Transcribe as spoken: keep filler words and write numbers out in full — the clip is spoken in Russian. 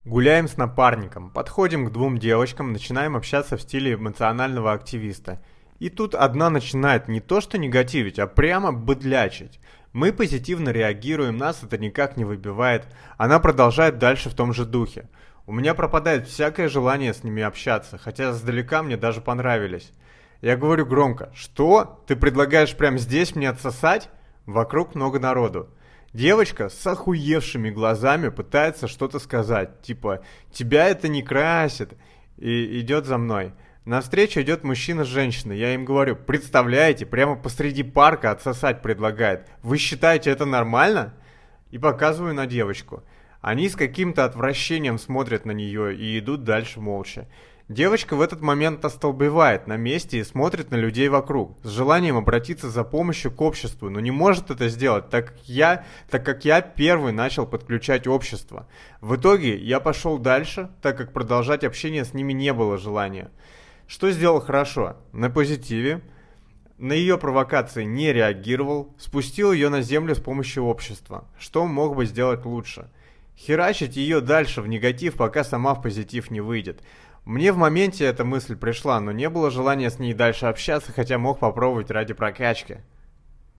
Гуляем с напарником, подходим к двум девочкам, начинаем общаться в стиле эмоционального активиста. И тут одна начинает не то что негативить, а прямо быдлячить. Мы позитивно реагируем, нас это никак не выбивает. Она продолжает дальше в том же духе. У меня пропадает всякое желание с ними общаться, хотя сдалека мне даже понравились. Я говорю громко: «Что? Ты предлагаешь прямо здесь мне отсосать?» Вокруг много народу. Девочка с охуевшими глазами пытается что-то сказать, типа «тебя это не красит», и идет за мной. Навстречу идет мужчина с женщиной, я им говорю: «Представляете, прямо посреди парка отсосать предлагает. Вы считаете это нормально?» И показываю на девочку. Они с каким-то отвращением смотрят на нее и идут дальше молча. Девочка в этот момент остолбевает на месте и смотрит на людей вокруг, с желанием обратиться за помощью к обществу, но не может это сделать, так как я, так как я первый начал подключать общество. В итоге я пошел дальше, так как продолжать общение с ними не было желания. Что сделал хорошо? На позитиве. На ее провокации не реагировал, спустил ее на землю с помощью общества. Что мог бы сделать лучше? Херачить ее дальше в негатив, пока сама в позитив не выйдет. Мне в моменте эта мысль пришла, но не было желания с ней дальше общаться, хотя мог попробовать ради прокачки.